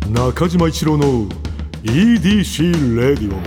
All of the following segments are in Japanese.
中島一郎の EDC レディオ。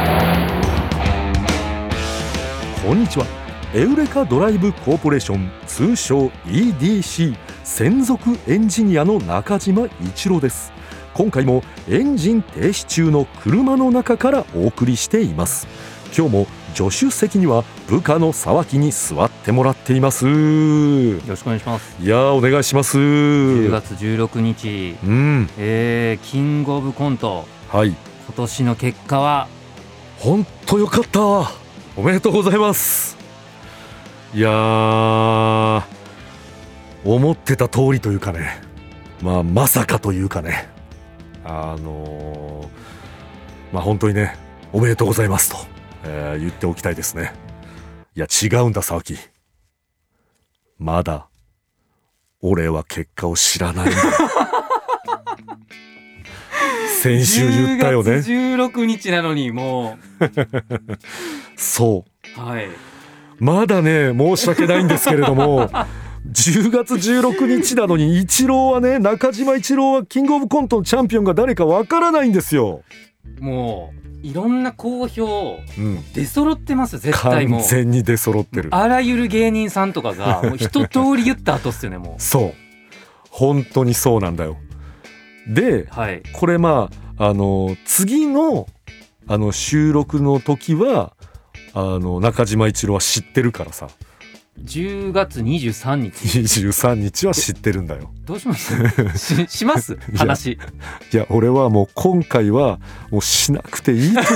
こんにちは。エウレカドライブコーポレーション、通称 EDC 専属エンジニアの中島一郎です。今回もエンジン停止中の車の中からお送りしています。今日も助手席には部下の沢木に座ってもらっています。よろしくお願いします。 いやお願いします。 10月16日、キングオブコント、 はい、 今年の結果は本当よかった。おめでとうございます。いやー、思ってた通りというかね、まさかというかね、本当にね、おめでとうございますと、言っておきたいですね。いや違うんだ沢木、まだ俺は結果を知らないんだ先週言ったよね。 10月16日なのにもうそう、 はい、 まだね申し訳ないんですけれども10月16日なのに一郎はね、中島一郎はキングオブコントのチャンピオンが誰かわからないんですよ。 もういろんな好評、出揃ってます。絶対もう完全に出揃ってる。 あらゆる芸人さんとかがもう一通り言った後っすよね。もうそう、本当にそうなんだよ。で、はい、これ次の収録の時は中島一郎は知ってるからさ。 10月23日は知ってるんだよ。 どうしますします話。 いや俺はもう今回はもうしなくていいと思う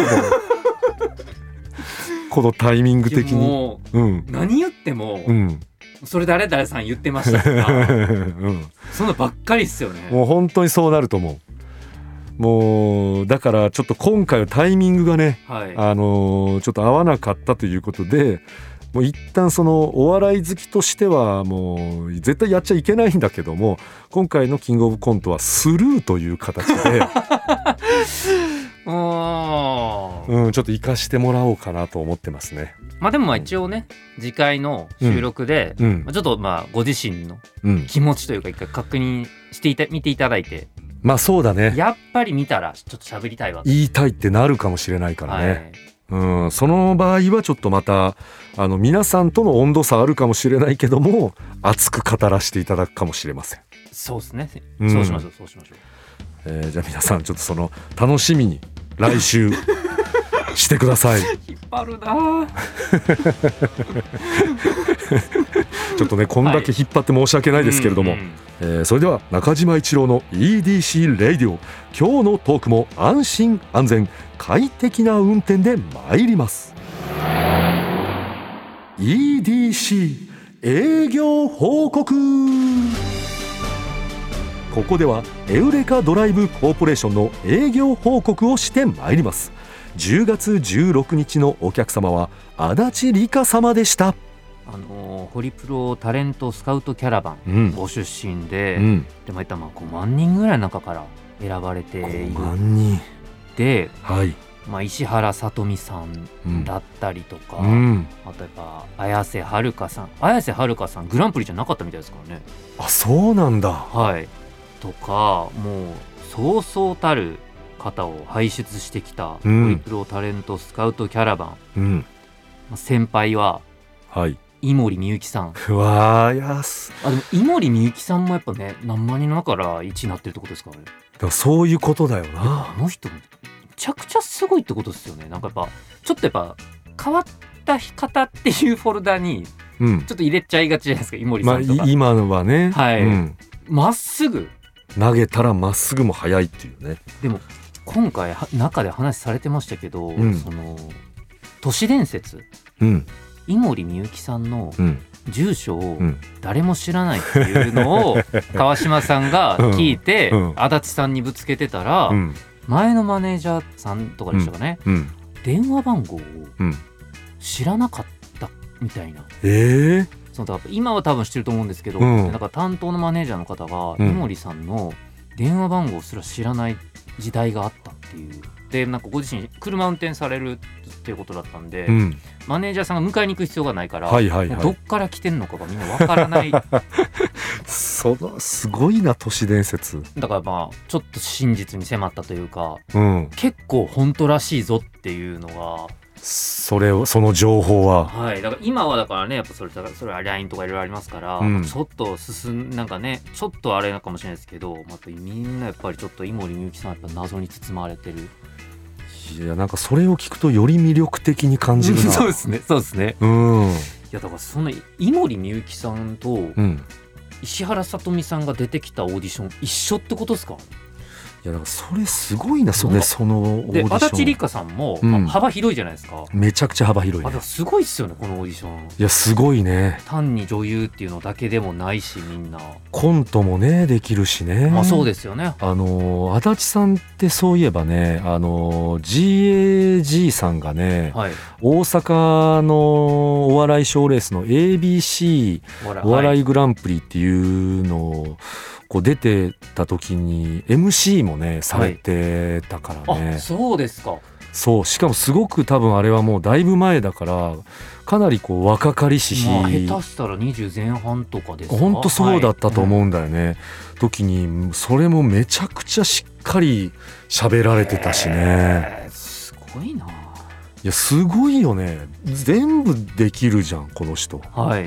このタイミング的にもう、何言っても、それ誰々さん言ってましたとか、そんなばっかりっすよね。 もう本当にそうなると思う。もうだからちょっと今回はタイミングがね、ちょっと合わなかったということで、もう一旦そのお笑い好きとしてはもう絶対やっちゃいけないんだけども、今回のキングオブコントはスルーという形でちょっと生かしてもらおうかなと思ってますね。 でも一応ね、次回の収録で、ちょっとご自身の気持ちというか一回確認して見ていただいて、 そうだね、 やっぱり見たらちょっと喋りたいわ、 言いたいってなるかもしれないからね、その場合はちょっとまた皆さんとの温度差あるかもしれないけども、熱く語らせていただくかもしれません。 そうですね、そうしましょう。 じゃあ皆さんちょっとその楽しみに来週してください。 引っ張るなちょっとねこんだけ引っ張って申し訳ないですけれども、それでは中島一郎の EDC レディオ、今日のトークも安心安全快適な運転で参ります。 EDC 営業報告。ここではエウレカドライブコーポレーションの営業報告をして参ります。10月16日のお客様は足立梨花様でした。 ホリプロタレントスカウトキャラバンご出身で、でも5万人ぐらいの中から選ばれている。 5万人で、 はい、 石原さとみさんだったりとか、あとやっぱ綾瀬はるかさんグランプリじゃなかったみたいですからね。 あ、そうなんだ。 はい、とかもうそうそうたる方を輩出してきたホリプロタレントスカウトキャラバン、先輩は、井森美幸さん。 うわー、やす。 でも井森美幸さんもやっぱね、何万人の中から1位になってるってことですからね。 だからそういうことだよな。 あの人めちゃくちゃすごいってことですよね。なんかやっぱちょっと変わった方っていうフォルダにちょっと入れちゃいがちじゃないですか、井森さんとか。 今のはね、 まっすぐ投げたらまっすぐも速いっていうね。 でも今回中で話されてましたけど、その都市伝説、井森美幸さんの住所を誰も知らないっていうのを川島さんが聞いて足立さんにぶつけてたら、前のマネージャーさんとかでしたかね、電話番号を知らなかったみたいな。その今は多分知ってると思うんですけど、なんか担当のマネージャーの方が井森さんの電話番号すら知らない時代があったっていう。でなんかご自身車運転されるっていうことだったんで、マネージャーさんが迎えに行く必要がないから、どっから来てんのかがみんなわからないすごいな、都市伝説だからまあちょっと真実に迫ったというか、 結構本当らしいぞっていうのが、 その情報は、 はい、だから今はだからね、やっぱそれは LINE とかいろいろありますから、ちょっとなんかね、ちょっとあれなかもしれないですけど、みんなやっぱりちょっと井森美幸さんはやっぱ謎に包まれてる。 いや、なんかそれを聞くとより魅力的に感じるな。 そうですね。いやだからその井森美幸さんと石原さとみさんが出てきたオーディション一緒ってことですか？ いやだからそれすごいな、そのオーディションで足立梨花さんも、幅広いじゃないですか。 めちゃくちゃ幅広い、ね、 すごいっすよね、このオーディション。 いやすごいね。 単に女優っていうのだけでもないし、みんなコントもねできるしね。 そうですよね。 足立さんってそういえばね、GAG さんがね、大阪のお笑い賞レースの ABC お笑いグランプリっていうのをこう出てた時に MC もねされてたからね。 そうですか。 そう、しかもすごく多分あれはもうだいぶ前だからかなりこう若かりし、 下手したら20前半とかですか。 本当そうだったと思うんだよね、時にそれもめちゃくちゃしっかり喋られてたしね。 すごいな。いやすごいよね、全部できるじゃんこの人。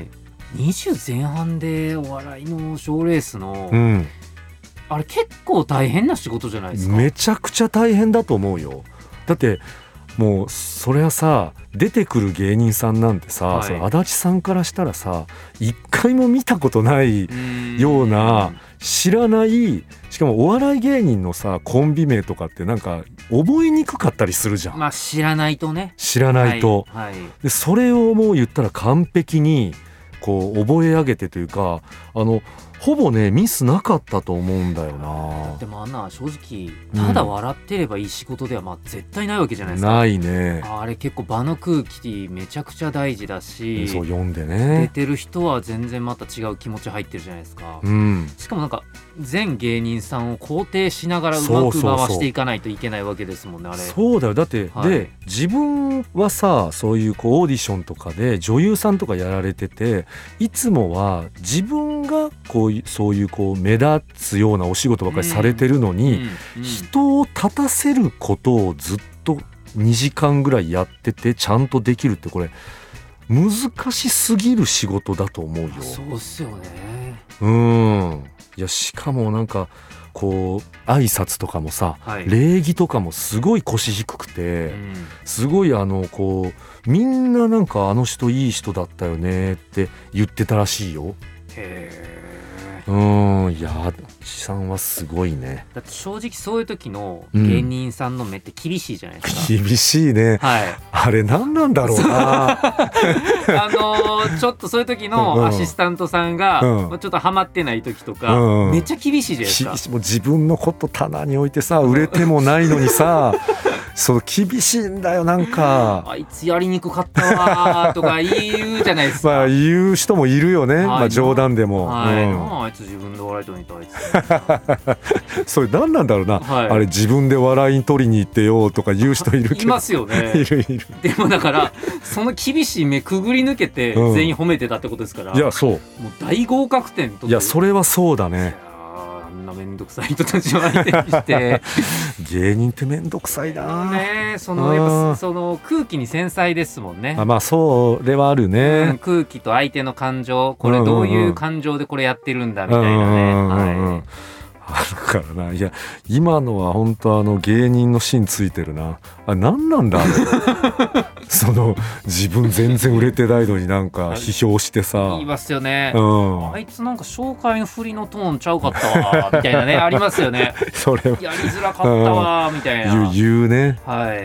20前半でお笑いの賞レースの、あれ結構大変な仕事じゃないですか。 めちゃくちゃ大変だと思うよ。だってもうそれはさ、出てくる芸人さんなんてさ、その足立さんからしたらさ一回も見たことないような、知らない、しかもお笑い芸人のさコンビ名とかってなんか覚えにくかったりするじゃん。 知らないとね。 でそれをもう言ったら完璧にこう覚え上げてというか、ほぼねミスなかったと思うんだよな。 でも正直ただ笑ってればいい仕事では絶対ないわけじゃないですか。 ないね。 あれ結構場の空気めちゃくちゃ大事だし、 そう読んでね、 出てる人は全然また違う気持ち入ってるじゃないですか、しかもなんか全芸人さんを肯定しながらうまく回していかないといけないわけですもんね。あれそうだよ。だって、で自分はさ、そういうオーディションとかで女優さんとかやられてて、いつもは自分がそういう目立つようなお仕事ばっかりされてるのに、人を立たせることをずっと2時間ぐらいやっててちゃんとできるって、これ難しすぎる仕事だと思うよ。 そうっすよね。 いやしかもなんか挨拶とかもさ、礼儀とかもすごい腰低くて、すごいみんななんかあの人いい人だったよねって言ってたらしいよ。いや足さんはすごいね。 だって正直そういう時の芸人さんの目って厳しいじゃないですか、 厳しいね、あれ何なんだろうなちょっとそういう時のアシスタントさんが、ちょっとハマってない時とか、めっちゃ厳しいじゃないですか。 もう自分のこと棚に置いてさ、売れてもないのにさそう厳しいんだよ。なんかあいつやりにくかったわとか言うじゃないですか言う人もいるよね、冗談でも、 あいつ自分で笑い取りに行ったあいつそれ何なんだろうな、あれ自分で笑いに取りに行ってよとか言う人いるけどいますよねいるでもだからその厳しい目くぐり抜けて全員褒めてたってことですから、 いやそうもう大合格点と。 いやそれはそうだね。 めんどくさい人たちを相手にして芸人ってめんどくさいなね。やっぱその空気に繊細ですもんね。 それはあるね、 空気と相手の感情、これどういう感情でこれやってるんだみたいなね、 あるからな。いや今のは本当芸人の芯ついてるな。何なんだあれその自分全然売れてないのになんか批評してさ、 言いますよね、あいつなんか紹介の振りのトーンちゃうかったわみたいなねありますよねそれはやりづらかったわみたいな言うね。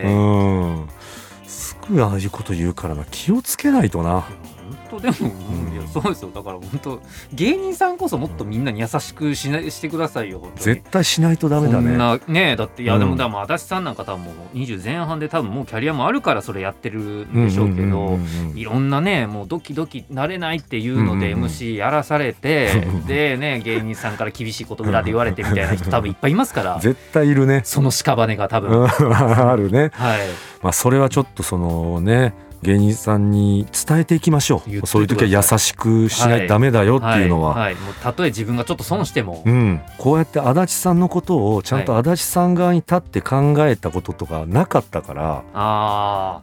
すぐああいうこと言うからな、気をつけないとな。 本当でも、いやそうですよ。だから本当芸人さんこそもっとみんなに優しくしてくださいよ。 絶対しないとダメだね。 こんなね、だっていやでも足立さんなんか多分もう20前半で多分もうキャリアもあるからそれやってるんでしょうけど、いろんなねもうドキドキ慣れないっていうので MC やらされて、でね芸人さんから厳しいこと裏で言われてみたいな人多分いっぱいいますから絶対いるね。 その屍が多分あるね。それはちょっとそのね芸人さんに伝えていきましょう。そういう時は優しくしないとダメだよっていうのは、 はいはいはい、もうたとえ自分がちょっと損しても、 こうやって足立さんのことをちゃんと足立さん側に立って考えたこととかなかったから、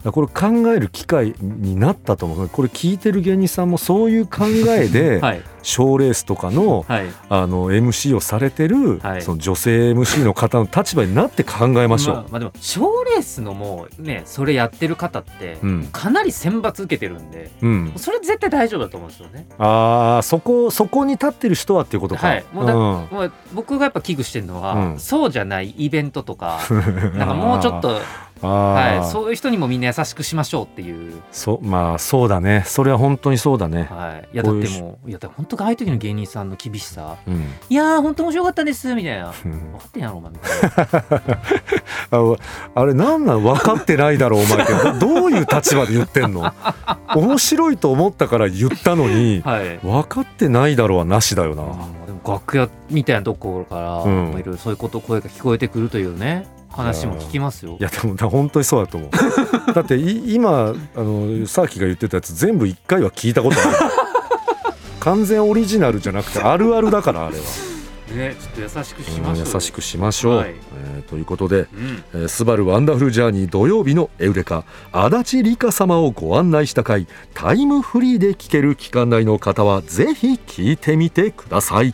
これ考える機会になったと思う。これ聞いてる芸人さんもそういう考えで、賞レースとかの、MC をされてる、その女性 MC の方の立場になって考えましょう。 でも賞レースのもうね、それやってる方って、かなり選抜受けてるんで、それ絶対大丈夫だと思うんですよね。 そこに立ってる人はっていうことか。 もう僕がやっぱ危惧してるのは、そうじゃないイベントとかなんかもうちょっとそういう人にもみんな優しくしましょうっていう。 そうだね。それは本当にそうだね。 いやだってもう本当ああいう時の芸人さんの厳しさ、いやー本当面白かったですみたいな、分かってんやろお前みたいなあれなんなん分かってないだろお前ってどういう立場で言ってんの面白いと思ったから言ったのに、分かってないだろうはなしだよな。 でも楽屋みたいなところから、いろいろそういうこと声が聞こえてくるというね話も聞きますよ。 いやでも本当にそうだと思うだって今さっきが言ってたやつ全部1回は聞いたことある完全オリジナルじゃなくてあるあるだからあれはね、ちょっと優しくしましょう、 優しくしましょう、ということで、スバルワンダフルジャーニー土曜日のエウレカ足立梨花様をご案内した回、タイムフリーで聞ける期間内の方はぜひ聞いてみてください。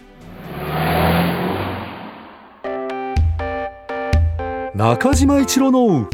中島一郎の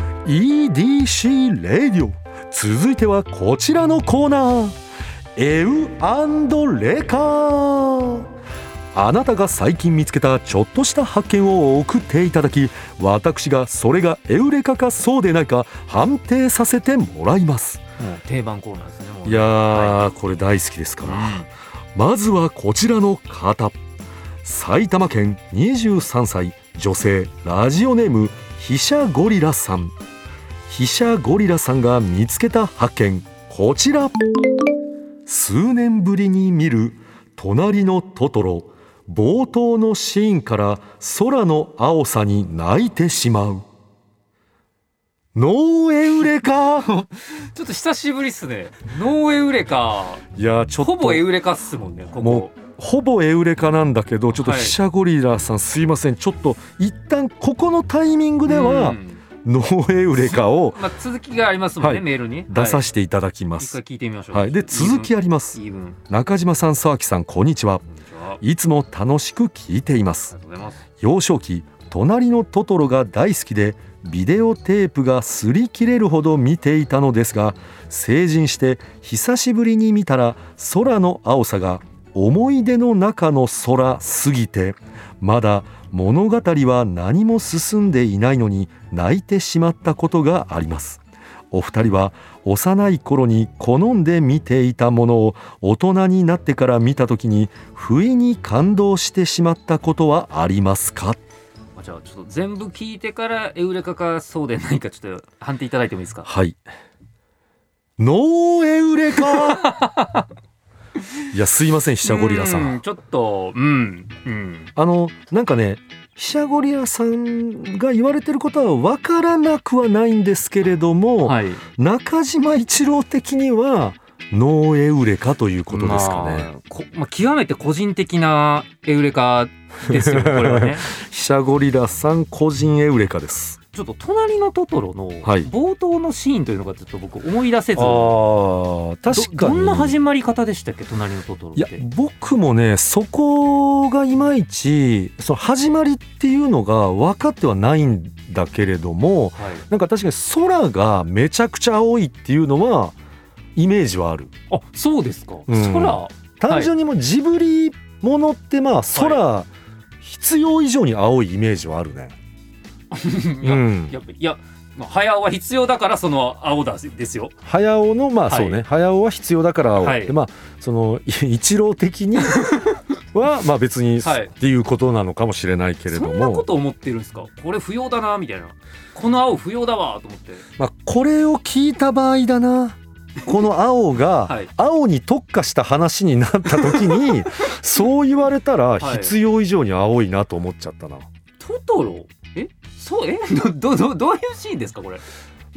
EDC レディオ、続いてはこちらのコーナー、エウ&レカ。あなたが最近見つけたちょっとした発見を送っていただき、私がそれがエウレカかそうでないか判定させてもらいます。 定番コーナーですね。もういやこれ大好きですから、まずはこちらの方、埼玉県23歳女性ラジオネーム飛車ゴリラさん。飛車ゴリラさんが見つけた発見、こちら。数年ぶりに見る隣のトトロ、冒頭のシーンから空の青さに泣いてしまう。ノーエウレカちょっと久しぶりっすね。ノーエウレカ。 いやちょっとほぼエウレカっすもんね。 もうほぼエウレカなんだけど、ちょっと飛車ゴリラさんすいません、ちょっと一旦ここのタイミングではノーエウレカを続きがありますもんね、メールに出させていただきます。 一回聞いてみましょう。 で続きあります。中島さん、沢木さん、こんにちは。いつも楽しく聞いています。幼少期隣のトトロが大好きでビデオテープが擦り切れるほど見ていたのですが、成人して久しぶりに見たら空の青さが思い出の中の空すぎて、まだ物語は何も進んでいないのに泣いてしまったことがあります。お二人は幼い頃に好んで見ていたものを大人になってから見た時に不意に感動してしまったことはありますか。 じゃあちょっと全部聞いてからエウレカかそうでないかちょっと判定いただいてもいいですか。 はい、ノーエウレカいやすいません、飛車ゴリラさん、 ちょっとなんかね、飛車ゴリラさんが言われてることは分からなくはないんですけれども、中島一郎的にはノーエウレカということですかね。 極めて個人的なエウレカですよこれはね飛車ゴリラさん個人エウレカです。 ちょっと隣のトトロの冒頭のシーンというのがちょっと僕思い出せず、 確かにどんな始まり方でしたっけ、隣のトトロって。 いや僕もねそこがいまいちその始まりっていうのが分かってはないんだけれども、なんか確かに空がめちゃくちゃ青いっていうのはイメージはある。 あ、そうですか、空単純にもうジブリものって空、必要以上に青いイメージはあるねいや早尾は必要だからその青だですよ。 早尾のそうね、早尾は必要だから青、でその一郎的には別にっていうことなのかもしれないけれども、 そんなこと思ってるんですか。これ不要だなみたいな、この青不要だわと思って、 これを聞いた場合だな、この青が青に特化した話になった時にそう言われたら必要以上に青いなと思っちゃったな。 トトロどういうシーンですかこれ。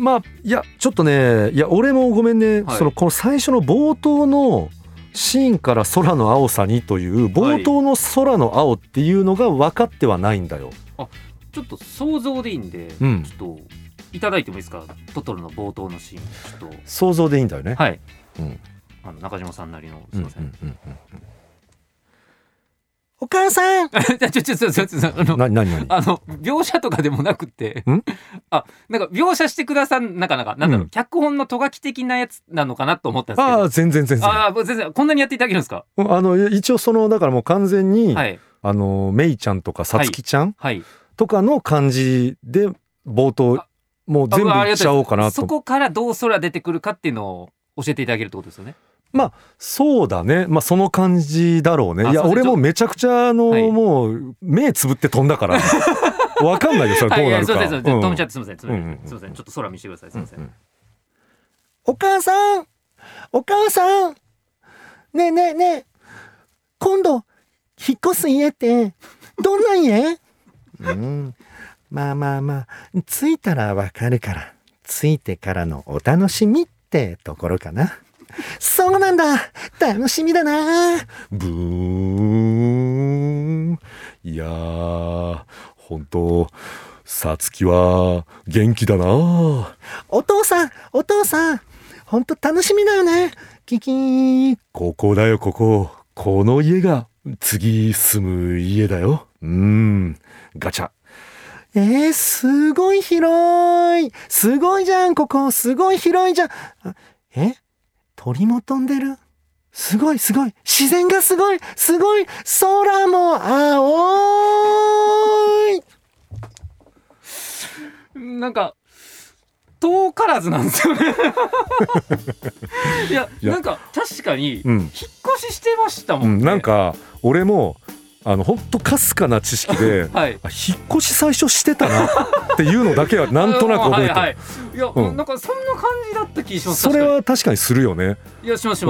まあいやちょっとね、いや俺もごめんね、 はい、 この最初の冒頭のシーンから空の青さにという冒頭の空の青っていうのが分かってはないんだよ。 あ、ちょっと想像でいいんで、ちょっといただいてもいいですか。トトロの冒頭のシーンちょっと想像でいいんだよね。 はい、中島さんなりのすいません、 お母さん何描写とかでもなくてなんか描写してくださんなんだろう、脚本のとがき的なやつなのかなと思ったんですけど。全然こんなにやっていただけるんですか。 一応だからもう完全に、メイちゃんとかさつきちゃんとかの感じで冒頭もう全部いっちゃおうかなと。 そこからどう空出てくるかっていうのを教えていただけるってことですよね。 まあそうだね、まあその感じだろうね。いや俺もめちゃくちゃもう目つぶって飛んだからわかんないよそれどうなるか。 止めちゃってすみません、すみません、ちょっと空見せてください、すみません。 お母さんねえねえねえ、今度引っ越す家ってどんな家？まあ着いたらわかるから、着いてからのお楽しみってところかな。そうなんだ、楽しみだな。ブーン。いやー本当さつきは元気だな。お父さん本当楽しみだよね。キキー。ここだよ、この家が次住む家だよ。ガチャ。すごい広い。すごいじゃん、ここすごい広いじゃん。鳥も飛んでる。すごい自然がすごい空も青い。 なんか遠からずなんですよねいやなんか確かに引っ越ししてましたもんね。 なんか俺もほんとかすかな知識で、引っ越し最初してたなっていうのだけはなんとなく覚えてる。 いや、なんかそんな感じだった気します。 それは確かにするよね。 いやします。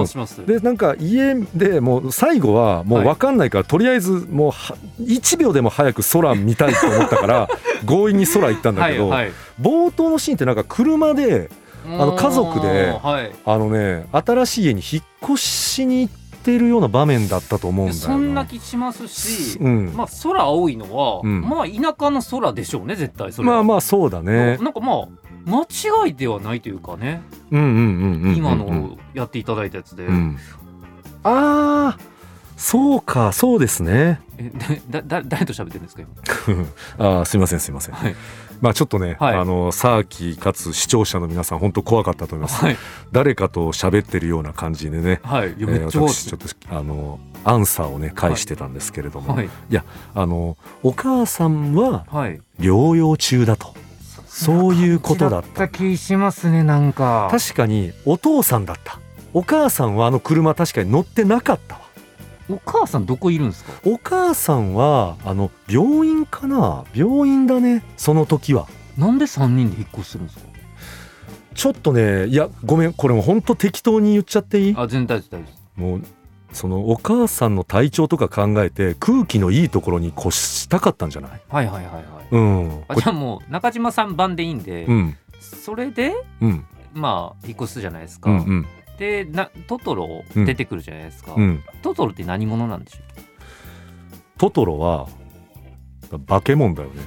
でなんか家でもう最後はもう分かんないから、とりあえずもう1秒でも早く空見たいと思ったから強引に空行ったんだけど、冒頭のシーンってなんか車で家族で新しい家に引っ越しに行ってるような場面だったと思うんだよな。 そんな気しますし、まあ空青いのは、まあ田舎の空でしょうね絶対。それはまあそうだね。 なんかまあ間違いではないというかね。今のやっていただいたやつで、 ああそうか、そうですね。 誰と喋ってるんですか今すいません、まあちょっとね、サーキーかつ視聴者の皆さん本当怖かったと思います、誰かと喋ってるような感じでね、私ちょっとアンサーをね返してたんですけれども、いやお母さんは療養中だと、そういうことだった気しますね。なんか確かにお父さんだった。お母さんは車確かに乗ってなかったわ。 お母さんどこいるんですか。 お母さんは病院かな。病院だね、その時は。 なんで3人で引っ越しするんですか。 ちょっとね、いやごめん、これも本当適当に言っちゃっていい？ 全然大丈夫です。 もうそのお母さんの体調とか考えて空気のいいところに越したかったんじゃない？じゃあもう中島さん版でいいんで、それで、まあ引っ越すじゃないですか。でトトロ出てくるじゃないですか。トトロって何者なんでしょう。 トトロは化け物だよね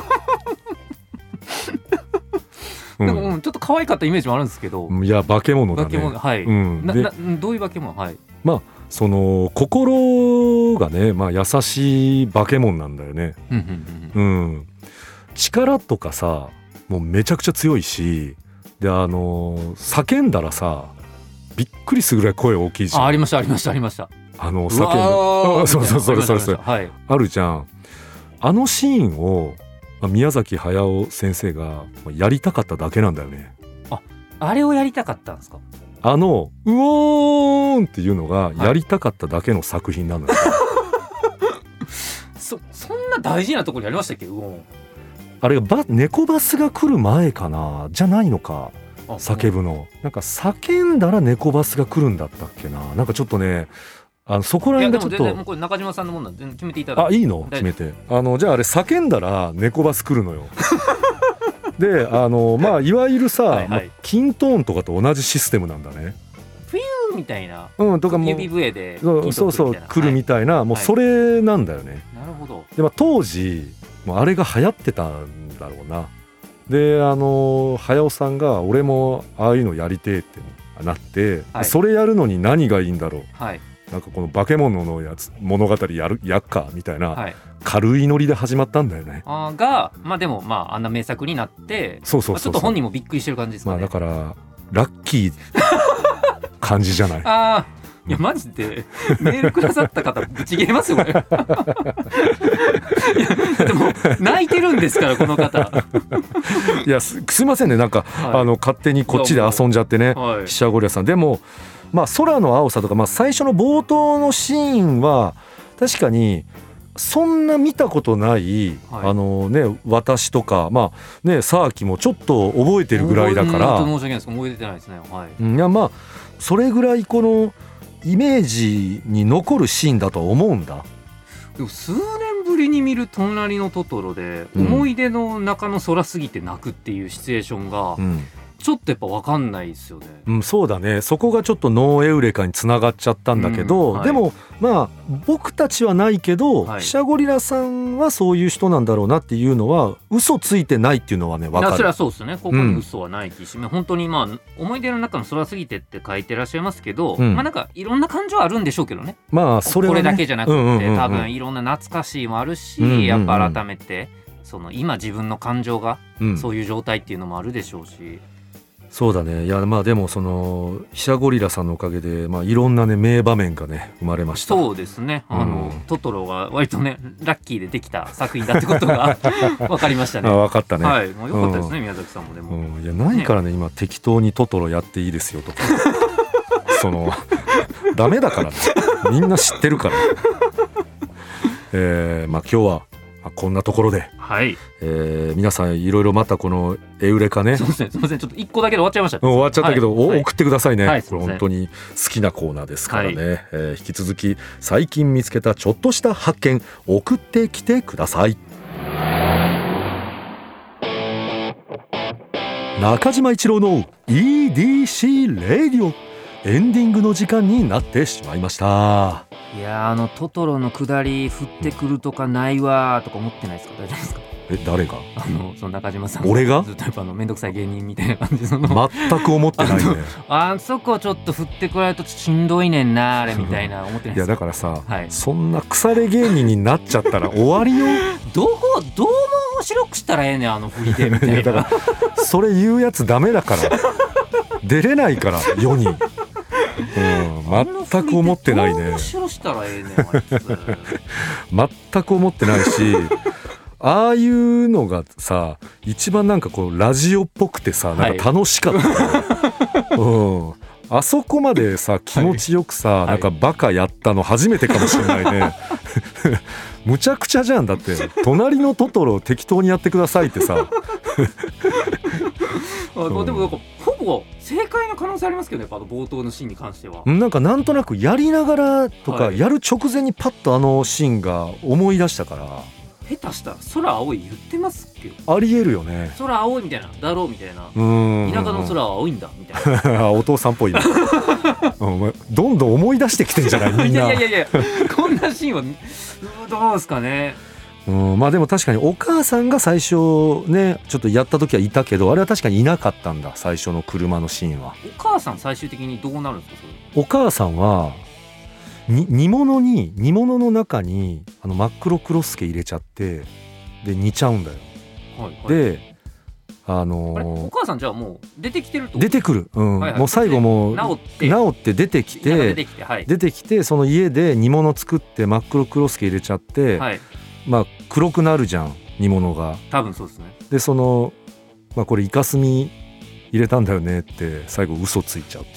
ちょっと可愛かったイメージもあるんですけど。 いや化け物だね。 どういう化け物？ まあその心がね、優しい化け物なんだよね。力とかさもうめちゃくちゃ強いし、で叫んだらさびっくりするぐらい声大きいし。 ありました。 叫んだそれあるじゃん。あのシーンを宮崎駿先生がやりたかっただけなんだよね。 あれをやりたかったんですか。 うおーんっていうのがやりたかっただけの作品なのよ、 そんな大事なところにありましたっけ。 あれが猫バスが来る前かな、じゃないのか。叫ぶのなんか叫んだら猫バスが来るんだったっけな。なんかちょっとねそこら辺がちょっと。 もうこれ中島さんのものなんで決めていただいて。 いいの決めて。じゃああれ叫んだら猫バス来るのよでまあいわゆるさ、はいはい、キントーンとかと同じシステムなんだね。 フィューみたいな、 とかも指笛でそう来るみたいな、もうそれなんだよね。 なるほど。 で、まあ、当時もうあれが流行ってたんだろうな。で早尾さんが俺もああいうのやりてえってなって、はい、それやるのに何がいいんだろう、はい、なんかこの化け物のやつ物語やっかみたいな、はい、軽いノリで始まったんだよね。 が、まあ、でもまああんな名作になって、ちょっと本人もびっくりしてる感じですかね。 まあ、だからラッキー感じじゃないあいやマジでメールくださった方ぶち切れますよね。いやでも泣いてるんですからこの方。 いや すいませんねなんか、はい、勝手にこっちで遊んじゃってね、飛車ゴリラさん。でもまあ空の青さとか、まあ、最初の冒頭のシーンは確かにそんな見たことない、はい私とか、まあね、沢木もちょっと覚えてるぐらいだから、 申し訳ないです覚えてないですね、はい、 いやまあそれぐらいこのイメージに残るシーンだと思うんだ。 でも数年ぶりに見る隣のトトロで、思い出の中の空すぎて泣くっていうシチュエーションが、ちょっとやっぱ分かんないですよね。 そうだね。そこがちょっとノーエウレカにつながっちゃったんだけど、はい、でもまあ僕たちはないけど、はい、飛車ゴリラさんはそういう人なんだろうなっていうのは嘘ついてないっていうのはね分かる。 それはそうですね。ここに嘘はないし、本当にまあ思い出の中の空すぎてって書いてらっしゃいますけど、まあなんかいろんな感情あるんでしょうけどね。 まあそれはね、 これだけじゃなくて、多分いろんな懐かしいもあるし、やっぱ改めてその今自分の感情がそういう状態っていうのもあるでしょうし。 そうだね。いやまあでもその飛車ゴリラさんのおかげで、まあ、いろんなね名場面がね生まれました。 そうですね。トトロが割とねラッキーでできた作品だってことが分かりましたね。 分かったね。 はい、もうよかったですね、宮崎さんもでも。 いやないからね今適当にトトロやっていいですよとかそのダメだからね。みんな知ってるから。まあ今日はこんなところで、 はい、 皆さんいろいろまたこのエウレカね、 すみませんちょっと1個だけで終わっちゃいました。 終わっちゃったけど、はい、送ってくださいね、はい、これ本当に好きなコーナーですからね、はい引き続き最近見つけたちょっとした発見送ってきてください。中島一郎の EDC レディオエンディングの時間になってしまいました。 いやトトロの下り降ってくるとかないわとか思ってないですか？大丈夫ですか？ 誰が？ その中島さん。 俺が？ ずっとやっぱめんどくさい芸人みたいな感じ。全く思ってないね。 あそこちょっと降ってこられるとしんどいねんなあれみたいな思ってないですか？ いやだからさ、はい、そんな腐れ芸人になっちゃったら終わりよ。 どうも面白くしたらええねん振りでみたいな。いやだからそれ言うやつダメだから出れないから世に。全く思ってないね。全く思ってないしああいうのがさ一番なんかこうラジオっぽくてさなんか楽しかった、あそこまでさ気持ちよくさ、なんかバカやったの初めてかもしれないね。むちゃくちゃじゃん。だって隣のトトロを適当にやってくださいってさ。 でもなんかほぼ正解の可能性ありますけどね、冒頭のシーンに関しては。 なんとなくやりながらとか、やる直前にパッとあのシーンが思い出したから。 下手したら空青い言ってますけど。 ありえるよね。 空青いみたいなだろうみたいな。田舎の空は青いんだみたいな。 お父さんっぽいな。どんどん思い出してきてんじゃないみんな。 いやこんなシーンはどうですかね。 まあでも確かにお母さんが最初ねちょっとやった時はいたけど、あれは確かにいなかったんだ最初の車のシーンは。 お母さん最終的にどうなるんですか？それお母さんは煮物の中に真っ黒クロスケ入れちゃってで煮ちゃうんだよ、はいはい、でお母さんじゃあもう出てきてると出てくる、もう最後もう治って出てきてその家で煮物作って真っ黒クロスケ入れちゃって、はい、まあ黒くなるじゃん煮物が。 多分そうですね。 でまあ、これイカスミ入れたんだよねって最後嘘ついちゃう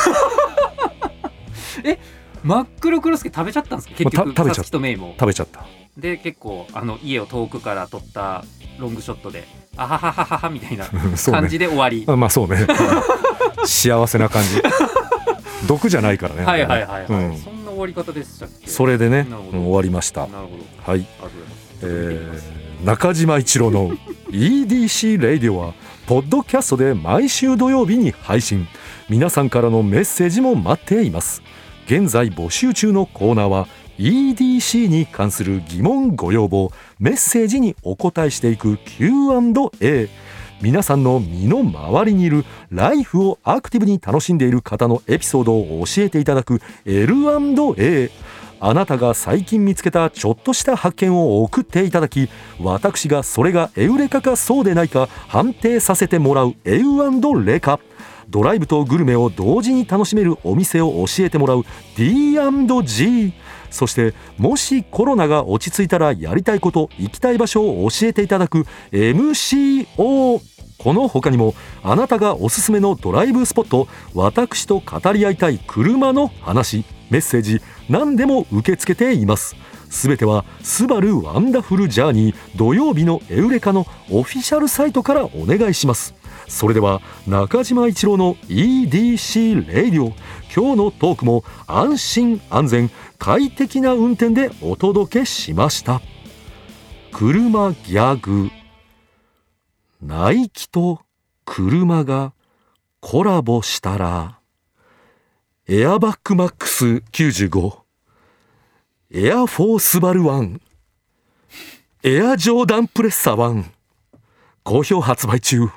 っていう。 真っ黒クロスケ食べちゃったんですか結局。さつきとメイも食べちゃった。 で結構家を遠くから撮ったロングショットであはははははみたいな感じで終わり。 まあそうね。幸せな感じ。毒じゃないからね。 はいはいはい、はい、そんな終わり方でしたっけ。 それでね、終わりました。 なるほど。 はい。中島一郎の EDC レイディオはポッドキャストで毎週土曜日に配信。皆さんからのメッセージも待っています。現在募集中のコーナーは EDC に関する疑問ご要望、メッセージにお答えしていく Q&A。 皆さんの身の回りにいるライフをアクティブに楽しんでいる方のエピソードを教えていただく L&A。 あなたが最近見つけたちょっとした発見を送っていただき、私がそれがエウレカかそうでないか判定させてもらうエウ&レカ。ドライブとグルメを同時に楽しめるお店を教えてもらう D&G。 そしてもしコロナが落ち着いたらやりたいこと、行きたい場所を教えていただく MCO。 この他にもあなたがおすすめのドライブスポット、私と語り合いたい車の話、メッセージ何でも受け付けています。すべてはスバルワンダフルジャーニー土曜日のエウレカのオフィシャルサイトからお願いします。それでは中島一郎の EDC レイディオ、今日のトークも安心安全快適な運転でお届けしました。車ギャグ。ナイキと車がコラボしたら、エアバックマックス95、エアフォースバル1、エアジョーダンプレッサー1、好評発売中。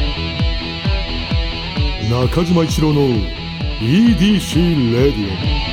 中島一郎の EDC レディオ。